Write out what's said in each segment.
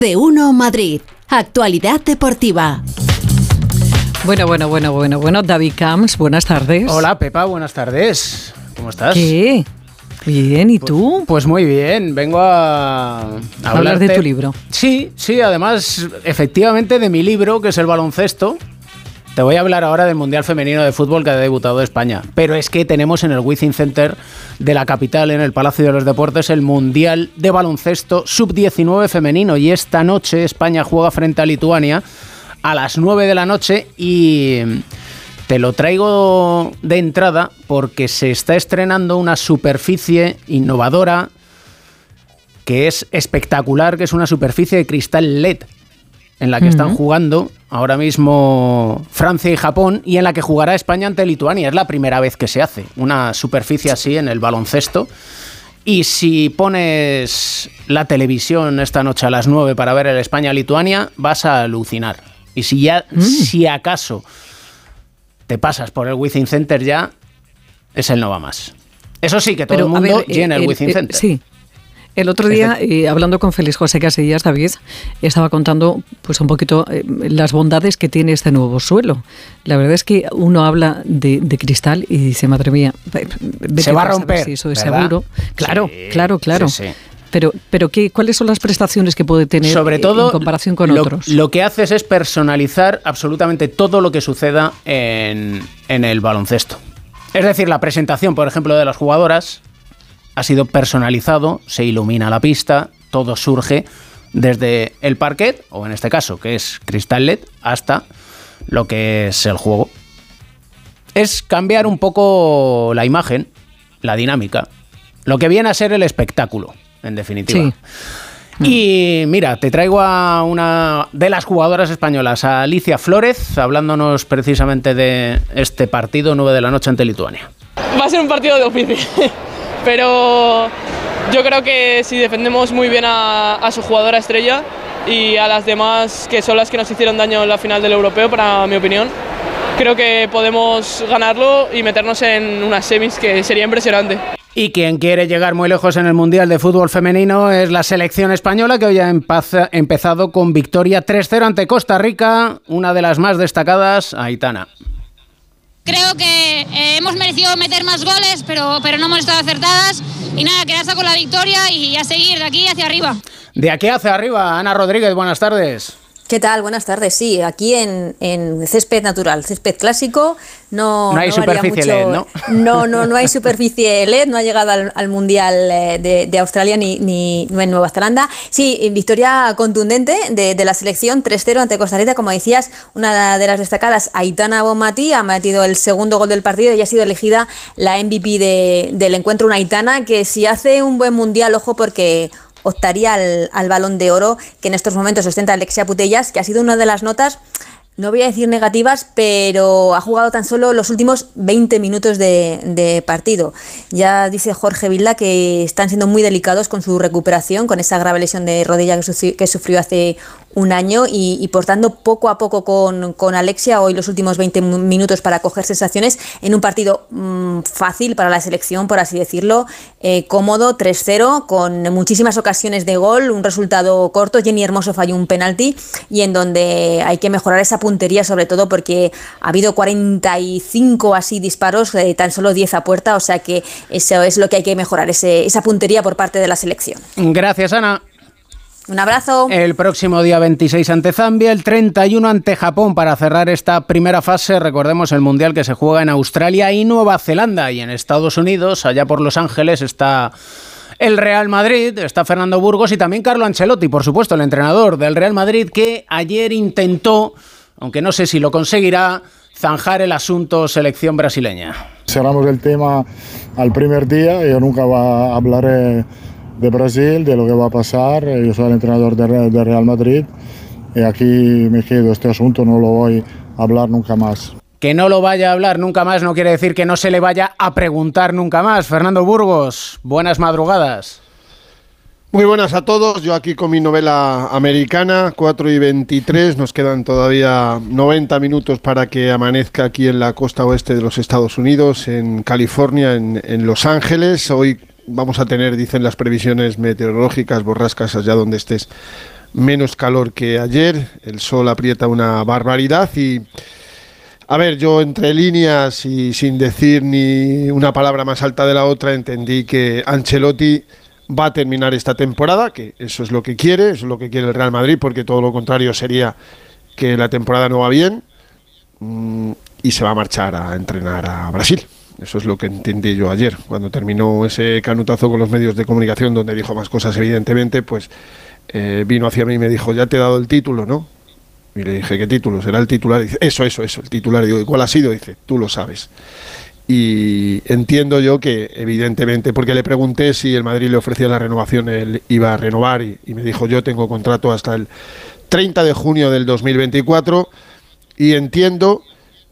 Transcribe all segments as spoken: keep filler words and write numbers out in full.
T uno Madrid. Actualidad deportiva. Bueno, bueno, bueno, bueno, bueno. David Camps, buenas tardes. Hola, Pepa, buenas tardes. ¿Cómo estás? ¿Qué? Bien, ¿y tú? Pues, pues muy bien, vengo a, a hablar de tu libro. Sí, sí, además, efectivamente, de mi libro, que es el baloncesto. Te voy a hablar ahora del Mundial Femenino de Fútbol que ha debutado España. Pero es que tenemos en el Wizzing Center de la capital, en el Palacio de los Deportes, el Mundial de Baloncesto sub diecinueve femenino. Y esta noche España juega frente a Lituania a las nueve de la noche y te lo traigo de entrada porque se está estrenando una superficie innovadora que es espectacular, que es una superficie de cristal L E D en la que uh-huh. están jugando ahora mismo Francia y Japón y en la que jugará España ante Lituania. Es la primera vez que se hace una superficie así en el baloncesto. Y si pones la televisión esta noche a las nueve para ver el España-Lituania, vas a alucinar. Y si ya, mm. si acaso te pasas por el Wizzing Center ya, es el no va más. Eso sí, que todo Pero, el mundo ver, llena el, el Wizzing Center. Sí. El otro día, eh, hablando con Félix José Casillas, David, estaba contando pues un poquito eh, las bondades que tiene este nuevo suelo. La verdad es que uno habla de, de cristal y dice, madre mía, se va a romper, si eso es ¿verdad? Seguro. Claro, sí, claro, claro. Sí, sí. Pero, pero ¿qué, ¿cuáles son las prestaciones que puede tener Sobre todo, en comparación con lo, otros? Lo que haces es personalizar absolutamente todo lo que suceda en, en el baloncesto. Es decir, la presentación, por ejemplo, de las jugadoras ha sido personalizado, se ilumina la pista, todo surge desde el parquet, o en este caso, que es cristal L E D, hasta lo que es el juego. Es cambiar un poco la imagen, la dinámica, lo que viene a ser el espectáculo, en definitiva. Sí. Y mira, te traigo a una de las jugadoras españolas, a Alicia Flórez, hablándonos precisamente de este partido, nueve de la noche ante Lituania. Va a ser un partido difícil, pero yo creo que si defendemos muy bien a, a su jugadora estrella y a las demás, que son las que nos hicieron daño en la final del Europeo, para mi opinión, creo que podemos ganarlo y meternos en unas semis, que sería impresionante. Y quien quiere llegar muy lejos en el Mundial de Fútbol Femenino es la selección española, que hoy ha empaz- empezado con victoria tres cero ante Costa Rica, una de las más destacadas, Aitana. Creo que eh, hemos merecido meter más goles, pero, pero no hemos estado acertadas. Y nada, quedarse con la victoria y a seguir de aquí hacia arriba. De aquí hacia arriba, Ana Rodríguez, buenas tardes. ¿Qué tal? Buenas tardes. Sí, aquí en, en césped natural, césped clásico, no, no hay no superficie mucho, L E D, ¿no? No, no, no hay superficie L E D, no ha llegado al, al Mundial de, de Australia ni, ni en Nueva Zelanda. Sí, victoria contundente de, de la selección, tres cero ante Costa Rica, como decías, una de las destacadas, Aitana Bonmatí, ha metido el segundo gol del partido y ha sido elegida la M V P de, del encuentro, una Aitana que si hace un buen Mundial, ojo, porque optaría al, al Balón de Oro, que en estos momentos ostenta Alexia Putellas, que ha sido una de las notas, no voy a decir negativas, pero ha jugado tan solo los últimos veinte minutos de, de partido. Ya dice Jorge Vilda que están siendo muy delicados con su recuperación, con esa grave lesión de rodilla que sufrió, que sufrió hace un año y, y por tanto poco a poco con, con Alexia hoy los últimos veinte minutos para coger sensaciones en un partido mmm, fácil para la selección, por así decirlo, eh, cómodo, tres cero, con muchísimas ocasiones de gol, un resultado corto. Jenny Hermoso falló un penalti y en donde hay que mejorar esa puntería, sobre todo porque ha habido cuarenta y cinco así disparos, eh, tan solo diez a puerta, o sea que eso es lo que hay que mejorar, ese, esa puntería por parte de la selección. Gracias, Ana. Un abrazo. El próximo día veintiséis ante Zambia, el treinta y uno ante Japón para cerrar esta primera fase. Recordemos el Mundial que se juega en Australia y Nueva Zelanda, y en Estados Unidos, allá por Los Ángeles, está el Real Madrid, está Fernando Burgos y también Carlo Ancelotti, por supuesto, el entrenador del Real Madrid, que ayer intentó, aunque no sé si lo conseguirá, zanjar el asunto selección brasileña. Cerramos el tema al primer día, yo nunca va, hablaré de Brasil, de lo que va a pasar. Yo soy el entrenador de, de Real Madrid y aquí me quedo. Este asunto no lo voy a hablar nunca más. Que no lo vaya a hablar nunca más no quiere decir que no se le vaya a preguntar nunca más. Fernando Burgos, buenas madrugadas. Muy buenas a todos, yo aquí con mi novela americana, cuatro y veintitrés, nos quedan todavía noventa minutos para que amanezca aquí en la costa oeste de los Estados Unidos, en California, en, en Los Ángeles. Hoy vamos a tener, dicen las previsiones meteorológicas, borrascas allá donde estés, menos calor que ayer, el sol aprieta una barbaridad y, a ver, yo entre líneas y sin decir ni una palabra más alta de la otra, entendí que Ancelotti va a terminar esta temporada, que eso es lo que quiere, eso es lo que quiere el Real Madrid, porque todo lo contrario sería que la temporada no va bien, mmm, y se va a marchar a entrenar a Brasil. Eso es lo que entendí yo ayer, cuando terminó ese canutazo con los medios de comunicación, donde dijo más cosas, evidentemente, pues eh, vino hacia mí y me dijo, ya te he dado el título, ¿no? Y le dije, ¿qué título? ¿Será el titular? Y dice, eso, eso, eso, el titular. Y digo, ¿y cuál ha sido? Y dice, tú lo sabes. Y entiendo yo que, evidentemente, porque le pregunté si el Madrid le ofrecía la renovación, él iba a renovar, y, y me dijo, yo tengo contrato hasta el treinta de junio del dos mil veinticuatro, y entiendo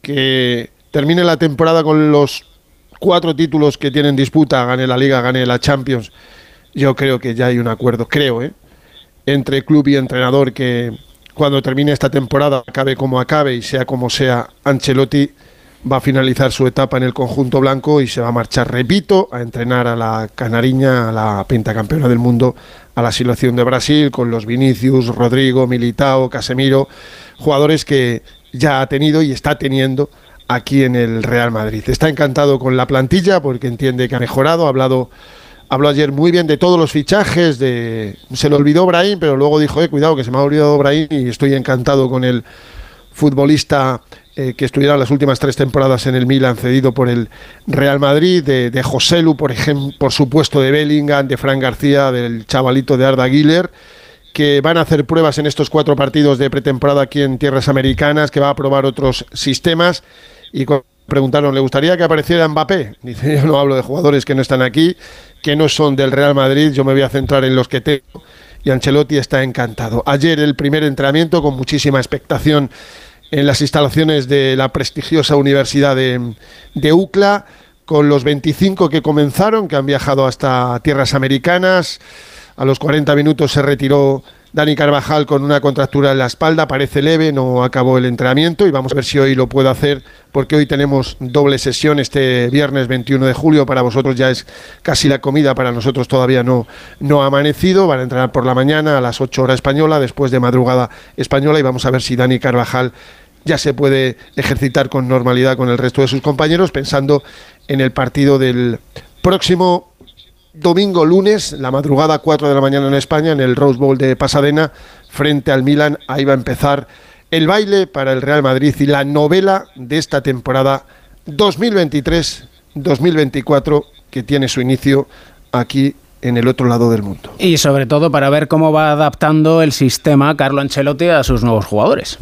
que termine la temporada con los cuatro títulos que tienen disputa, gane la Liga, gane la Champions. Yo creo que ya hay un acuerdo, creo, ¿eh? entre club y entrenador, que cuando termine esta temporada, acabe como acabe y sea como sea, Ancelotti va a finalizar su etapa en el conjunto blanco y se va a marchar, repito, a entrenar a la canariña, a la pentacampeona del mundo, a la selección de Brasil, con los Vinicius, Rodrigo, Militao, Casemiro, jugadores que ya ha tenido y está teniendo aquí en el Real Madrid. Está encantado con la plantilla porque entiende que ha mejorado, ha hablado, habló ayer muy bien de todos los fichajes, de se le olvidó Brahim, pero luego dijo, eh, cuidado que se me ha olvidado Brahim y estoy encantado con el futbolista eh, que estuviera las últimas tres temporadas en el Milan, cedido por el Real Madrid, de, de Joselu, por ejemplo, por supuesto de Bellingham, de Fran García, del chavalito de Arda Güler, que van a hacer pruebas en estos cuatro partidos de pretemporada aquí en tierras americanas, que va a probar otros sistemas. Y cuando preguntaron, ¿le gustaría que apareciera Mbappé? Dice, yo no hablo de jugadores que no están aquí, que no son del Real Madrid, yo me voy a centrar en los que tengo. Y Ancelotti está encantado. Ayer el primer entrenamiento con muchísima expectación en las instalaciones de la prestigiosa Universidad de, de U C L A, con los veinticinco que comenzaron, que han viajado hasta tierras americanas. A los cuarenta minutos se retiró Dani Carvajal con una contractura en la espalda, parece leve, no acabó el entrenamiento y vamos a ver si hoy lo puede hacer, porque hoy tenemos doble sesión este viernes veintiuno de julio, para vosotros ya es casi la comida, para nosotros todavía no, no ha amanecido. Van a entrenar por la mañana a las ocho horas española, después de madrugada española, y vamos a ver si Dani Carvajal ya se puede ejercitar con normalidad con el resto de sus compañeros, pensando en el partido del próximo domingo, lunes, la madrugada, cuatro de la mañana en España, en el Rose Bowl de Pasadena, frente al Milan. Ahí va a empezar el baile para el Real Madrid y la novela de esta temporada dos mil veintitrés dos mil veinticuatro, que tiene su inicio aquí en el otro lado del mundo. Y sobre todo para ver cómo va adaptando el sistema Carlo Ancelotti a sus nuevos jugadores.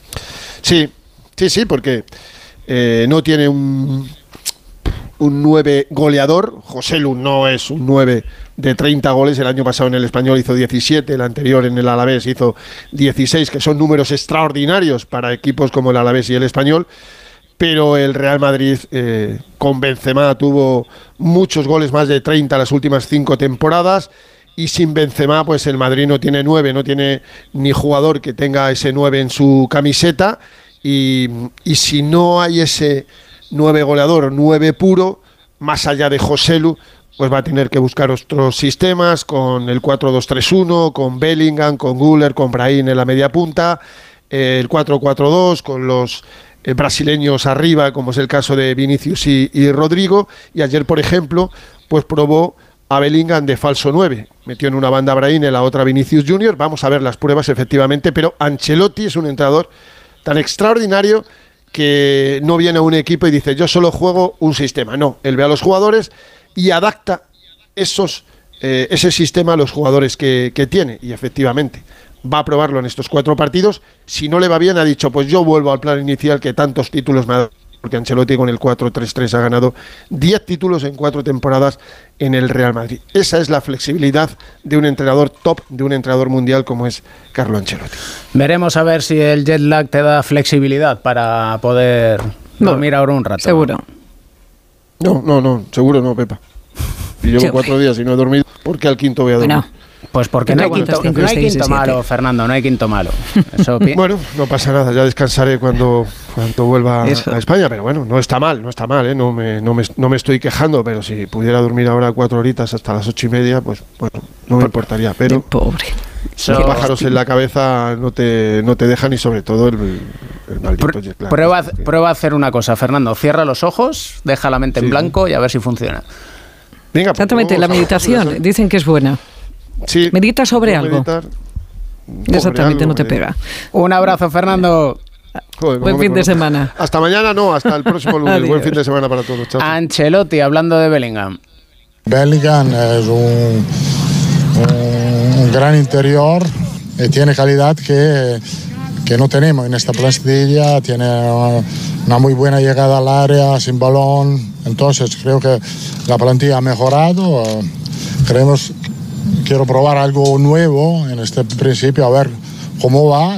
Sí, sí, sí, porque eh, no tiene un... un nueve goleador. Joselu no es un nueve de treinta goles, el año pasado en el Español hizo diecisiete, el anterior en el Alavés hizo dieciséis, que son números extraordinarios para equipos como el Alavés y el Español, pero el Real Madrid eh, con Benzema tuvo muchos goles, más de treinta las últimas cinco temporadas, y sin Benzema pues el Madrid no tiene nueve, no tiene ni jugador que tenga ese nueve en su camiseta, y, y si no hay ese nueve goleador, nueve puro, más allá de Joselu, pues va a tener que buscar otros sistemas, con el cuatro dos tres uno, con Bellingham, con Güler, con Brahim en la media punta, eh, el cuatro cuatro dos, con los eh, brasileños arriba, como es el caso de Vinicius y, y Rodrigo, y ayer, por ejemplo, pues probó a Bellingham de falso nueve, metió en una banda a Brahim, en la otra Vinicius junior, vamos a ver las pruebas efectivamente, pero Ancelotti es un entrenador tan extraordinario que no viene a un equipo y dice, yo solo juego un sistema. No, él ve a los jugadores y adapta esos, eh, ese sistema a los jugadores que, que tiene, y efectivamente va a probarlo en estos cuatro partidos. Si no le va bien, ha dicho, pues yo vuelvo al plan inicial que tantos títulos me ha dado, porque Ancelotti con el cuatro tres tres ha ganado diez títulos en cuatro temporadas en el Real Madrid. Esa es la flexibilidad de un entrenador top, de un entrenador mundial como es Carlo Ancelotti. Veremos a ver si el jet lag te da flexibilidad para poder no, dormir ahora un rato. Seguro. No, no, no, seguro no, Pepa. Y llevo cuatro días y no he dormido, porque al quinto voy a dormir. Bueno. Pues porque no hay quinto, no hay quinto malo, Fernando, no hay quinto malo. Eso bueno, no pasa nada, ya descansaré cuando, cuando vuelva Eso. a España, pero bueno, no está mal, no está mal, ¿eh? no, me, no, me, no me estoy quejando, pero si pudiera dormir ahora cuatro horitas hasta las ocho y media, pues bueno, no me importaría, pero... Pobre. So, los pájaros en la cabeza no te, no te dejan, y sobre todo el, el maldito jet lag. Prueba, prueba a hacer una cosa, Fernando. Cierra los ojos, deja la mente sí. en blanco y a ver si funciona. Venga, pues exactamente, la meditación, dicen que es buena. Sí, medita sobre algo. Meditar, exactamente, algo, no te pega. Un abrazo, Fernando. Joder, buen fin de semana. Hasta mañana, no, hasta el próximo lunes. Buen fin de semana para todos. Chao. Ancelotti, hablando de Bellingham. Bellingham es un, un, un gran interior y tiene calidad que, que no tenemos en esta plantilla. Tiene una, una muy buena llegada al área sin balón. Entonces creo que la plantilla ha mejorado. Creemos, quiero probar algo nuevo en este principio, a ver cómo va.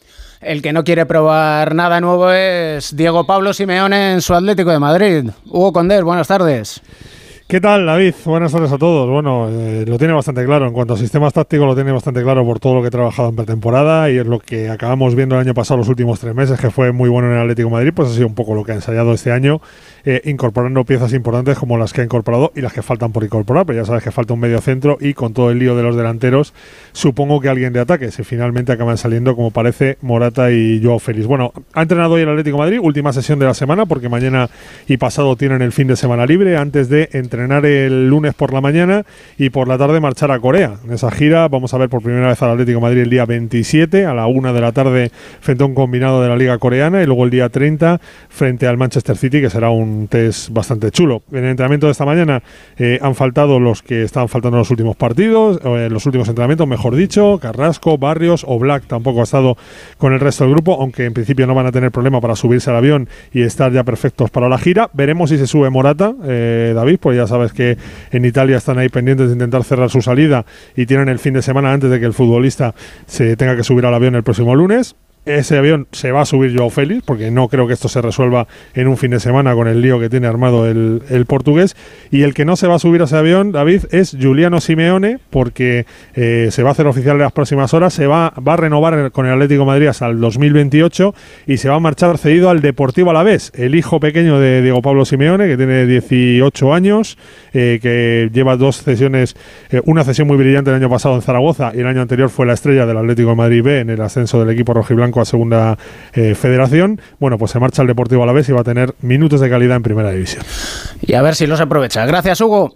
El que no quiere probar nada nuevo es Diego Pablo Simeone en su Atlético de Madrid. Hugo Condés, buenas tardes. ¿Qué tal, David? Buenas tardes a todos. Bueno, eh, lo tiene bastante claro. En cuanto a sistemas tácticos, lo tiene bastante claro por todo lo que he trabajado en pretemporada, y es lo que acabamos viendo el año pasado, los últimos tres meses, que fue muy bueno en el Atlético de Madrid. Pues ha sido un poco lo que ha ensayado este año, eh, incorporando piezas importantes como las que ha incorporado y las que faltan por incorporar. Pero ya sabes que falta un medio centro, y con todo el lío de los delanteros, supongo que alguien de ataque, si finalmente acaban saliendo, como parece, Morata y Joao Félix. Bueno, ha entrenado hoy el Atlético de Madrid, última sesión de la semana, porque mañana y pasado tienen el fin de semana libre, antes de entrenar el lunes por la mañana y por la tarde marchar a Corea. En esa gira vamos a ver por primera vez al Atlético de Madrid el día veintisiete a la una de la tarde frente a un combinado de la Liga Coreana, y luego el día treinta frente al Manchester City, que será un test bastante chulo. En el entrenamiento de esta mañana eh, han faltado los que estaban faltando en los últimos partidos, eh, los últimos entrenamientos, mejor dicho. Carrasco, Barrios, Oblak tampoco ha estado con el resto del grupo, aunque en principio no van a tener problema para subirse al avión y estar ya perfectos para la gira. Veremos si se sube Morata, eh, David, pues ya sabes que en Italia están ahí pendientes de intentar cerrar su salida y tienen el fin de semana antes de que el futbolista se tenga que subir al avión el próximo lunes. Ese avión se va a subir Joao Félix, porque no creo que esto se resuelva en un fin de semana con el lío que tiene armado el, el portugués. Y el que no se va a subir a ese avión, David, es Giuliano Simeone, porque eh, se va a hacer oficial en las próximas horas. Se va, va a renovar con el Atlético de Madrid hasta el dos mil veintiocho y se va a marchar cedido al Deportivo Alavés, el hijo pequeño de Diego Pablo Simeone, que tiene dieciocho años, eh, que lleva dos cesiones, eh, una cesión muy brillante el año pasado en Zaragoza, y el año anterior fue la estrella del Atlético de Madrid B en el ascenso del equipo rojiblanco a segunda eh, federación. Bueno, pues se marcha al Deportivo Alavés y va a tener minutos de calidad en primera división. Y a ver si los aprovecha. Gracias, Hugo.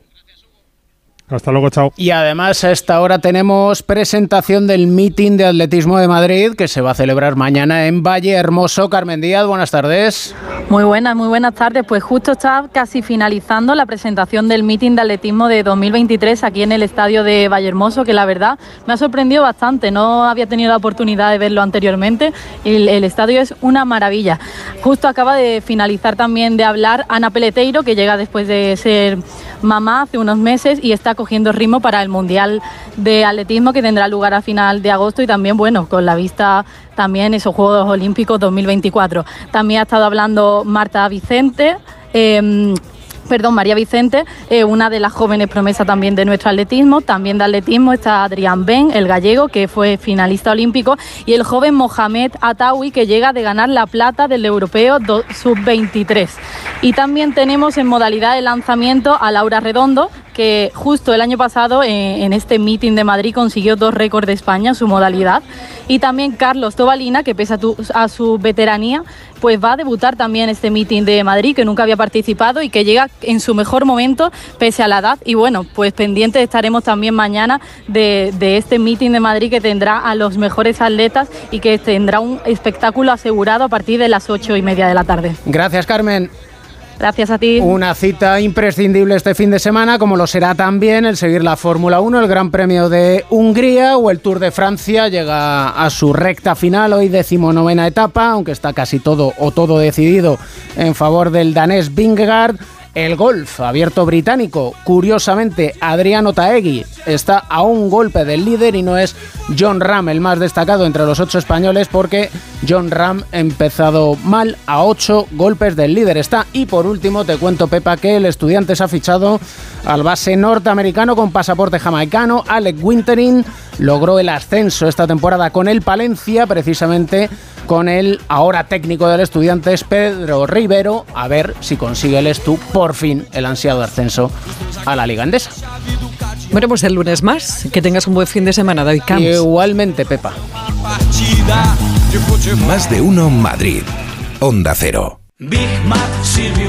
Hasta luego, chao. Y además a esta hora tenemos presentación del meeting de atletismo de Madrid, que se va a celebrar mañana en Valle Hermoso. Carmen Díaz, buenas tardes. Muy buenas, muy buenas tardes. Pues justo está casi finalizando la presentación del meeting de atletismo de dos mil veintitrés aquí en el estadio de Valle Hermoso, que la verdad me ha sorprendido bastante. No había tenido la oportunidad de verlo anteriormente. El, el estadio es una maravilla. Justo acaba de finalizar también de hablar Ana Peleteiro, que llega después de ser mamá hace unos meses y está cogiendo ritmo para el Mundial de Atletismo, que tendrá lugar a final de agosto, y también, bueno, con la vista también esos Juegos Olímpicos dos mil veinticuatro. También ha estado hablando Marta Vicente, eh, Perdón, María Vicente, eh, una de las jóvenes promesas también de nuestro atletismo. También de atletismo está Adrián Ben, el gallego, que fue finalista olímpico, y el joven Mohamed Atawi, que llega de ganar la plata del europeo sub veintitrés. Y también tenemos en modalidad de lanzamiento a Laura Redondo, que justo el año pasado eh, en este meeting de Madrid consiguió dos récords de España en su modalidad. Y también Carlos Tobalina, que pese a, tu, a su veteranía, pues va a debutar también este meeting de Madrid, que nunca había participado y que llega en su mejor momento pese a la edad. Y bueno, pues pendientes estaremos también mañana de, de este meeting de Madrid, que tendrá a los mejores atletas y que tendrá un espectáculo asegurado a partir de las ocho y media de la tarde. Gracias, Carmen. Gracias a ti. Una cita imprescindible este fin de semana, como lo será también el seguir la Fórmula uno, el Gran Premio de Hungría o el Tour de Francia. Llega a su recta final, hoy decimonovena etapa, aunque está casi todo o todo decidido en favor del danés Vingegaard. El golf abierto británico, curiosamente, Adrián Otaegui está a un golpe del líder y no es Jon Rahm el más destacado entre los ocho españoles, porque Jon Rahm ha empezado mal, a ocho golpes del líder está. Y por último te cuento, Pepa, que el Estudiantes ha fichado al base norteamericano con pasaporte jamaicano, Alec Wintering. Logró el ascenso esta temporada con el Palencia, precisamente con el ahora técnico del Estudiantes, Pedro Rivero. A ver si consigue el Estu por fin el ansiado ascenso a la Liga Endesa. Bueno, pues el lunes más. Que tengas un buen fin de semana, David Camps. Igualmente, Pepa. Más de uno Madrid. Onda Cero.